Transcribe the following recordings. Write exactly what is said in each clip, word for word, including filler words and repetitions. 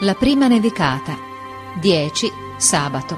La prima nevicata. dieci sabato.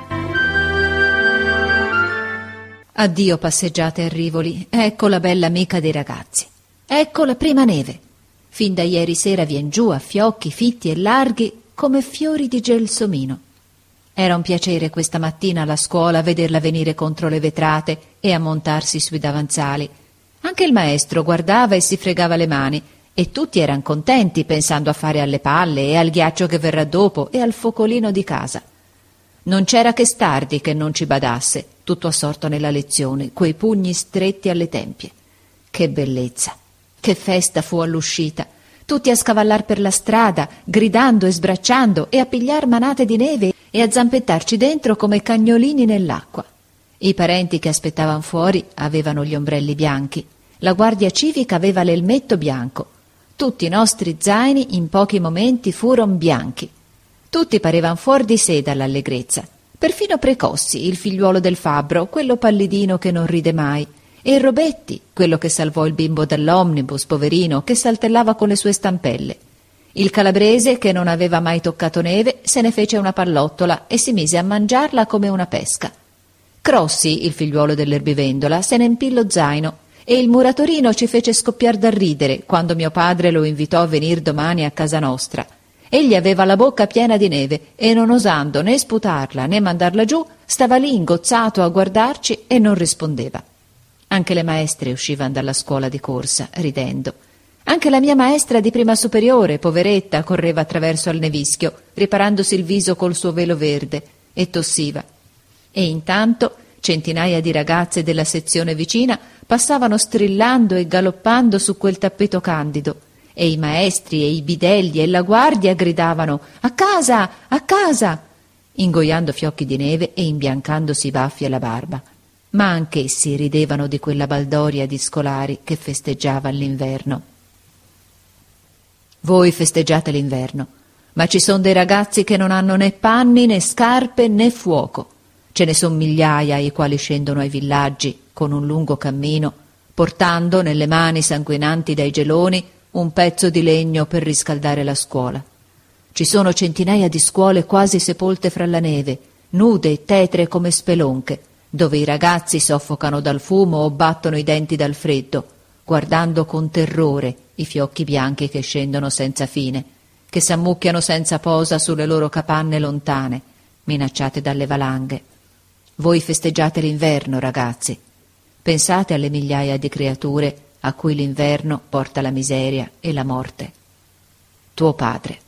Addio passeggiate a Rivoli, ecco la bella amica dei ragazzi. Ecco la prima neve. Fin da ieri sera vien giù a fiocchi fitti e larghi come fiori di gelsomino. Era un piacere questa mattina alla scuola vederla venire contro le vetrate e ammontarsi sui davanzali. Anche il maestro guardava e si fregava le mani, e tutti eran contenti pensando a fare alle palle e al ghiaccio che verrà dopo e al focolino di casa. Non c'era che Stardi che non ci badasse, tutto assorto nella lezione, coi pugni stretti alle tempie. Che bellezza! Che festa fu all'uscita! Tutti a scavallar per la strada, gridando e sbracciando e a pigliar manate di neve e a zampettarci dentro come cagnolini nell'acqua. I parenti che aspettavan fuori avevano gli ombrelli bianchi, la guardia civica aveva l'elmetto bianco. Tutti i nostri zaini in pochi momenti furon bianchi. Tutti parevan fuor di sé dall'allegrezza. Perfino Precossi, il figliuolo del fabbro, quello pallidino che non ride mai, e Robetti, quello che salvò il bimbo dall'omnibus, poverino, che saltellava con le sue stampelle. Il calabrese, che non aveva mai toccato neve, se ne fece una pallottola e si mise a mangiarla come una pesca. Crossi, il figliuolo dell'erbivendola, se ne empì lo zaino, e il muratorino ci fece scoppiar da ridere quando mio padre lo invitò a venir domani a casa nostra. Egli aveva la bocca piena di neve e, non osando né sputarla né mandarla giù, stava lì ingozzato a guardarci e non rispondeva. Anche le maestre uscivan dalla scuola di corsa, ridendo. Anche la mia maestra di prima superiore, poveretta, correva attraverso al nevischio, riparandosi il viso col suo velo verde, e tossiva. E intanto centinaia di ragazze della sezione vicina passavano strillando e galoppando su quel tappeto candido, e i maestri e i bidelli e la guardia gridavano «A casa! A casa!», ingoiando fiocchi di neve e imbiancandosi i baffi e la barba. Ma anch'essi ridevano di quella baldoria di scolari che festeggiava l'inverno. Voi festeggiate l'inverno, ma ci son dei ragazzi che non hanno né panni né scarpe né fuoco. Ce ne son migliaia i quali scendono ai villaggi con un lungo cammino, portando nelle mani sanguinanti dai geloni un pezzo di legno per riscaldare la scuola. Ci sono centinaia di scuole quasi sepolte fra la neve, nude e tetre come spelonche, dove i ragazzi soffocano dal fumo o battono i denti dal freddo, guardando con terrore i fiocchi bianchi che scendono senza fine, che s'ammucchiano senza posa sulle loro capanne lontane, minacciate dalle valanghe. Voi festeggiate l'inverno, ragazzi. Pensate alle migliaia di creature a cui l'inverno porta la miseria e la morte. Tuo padre.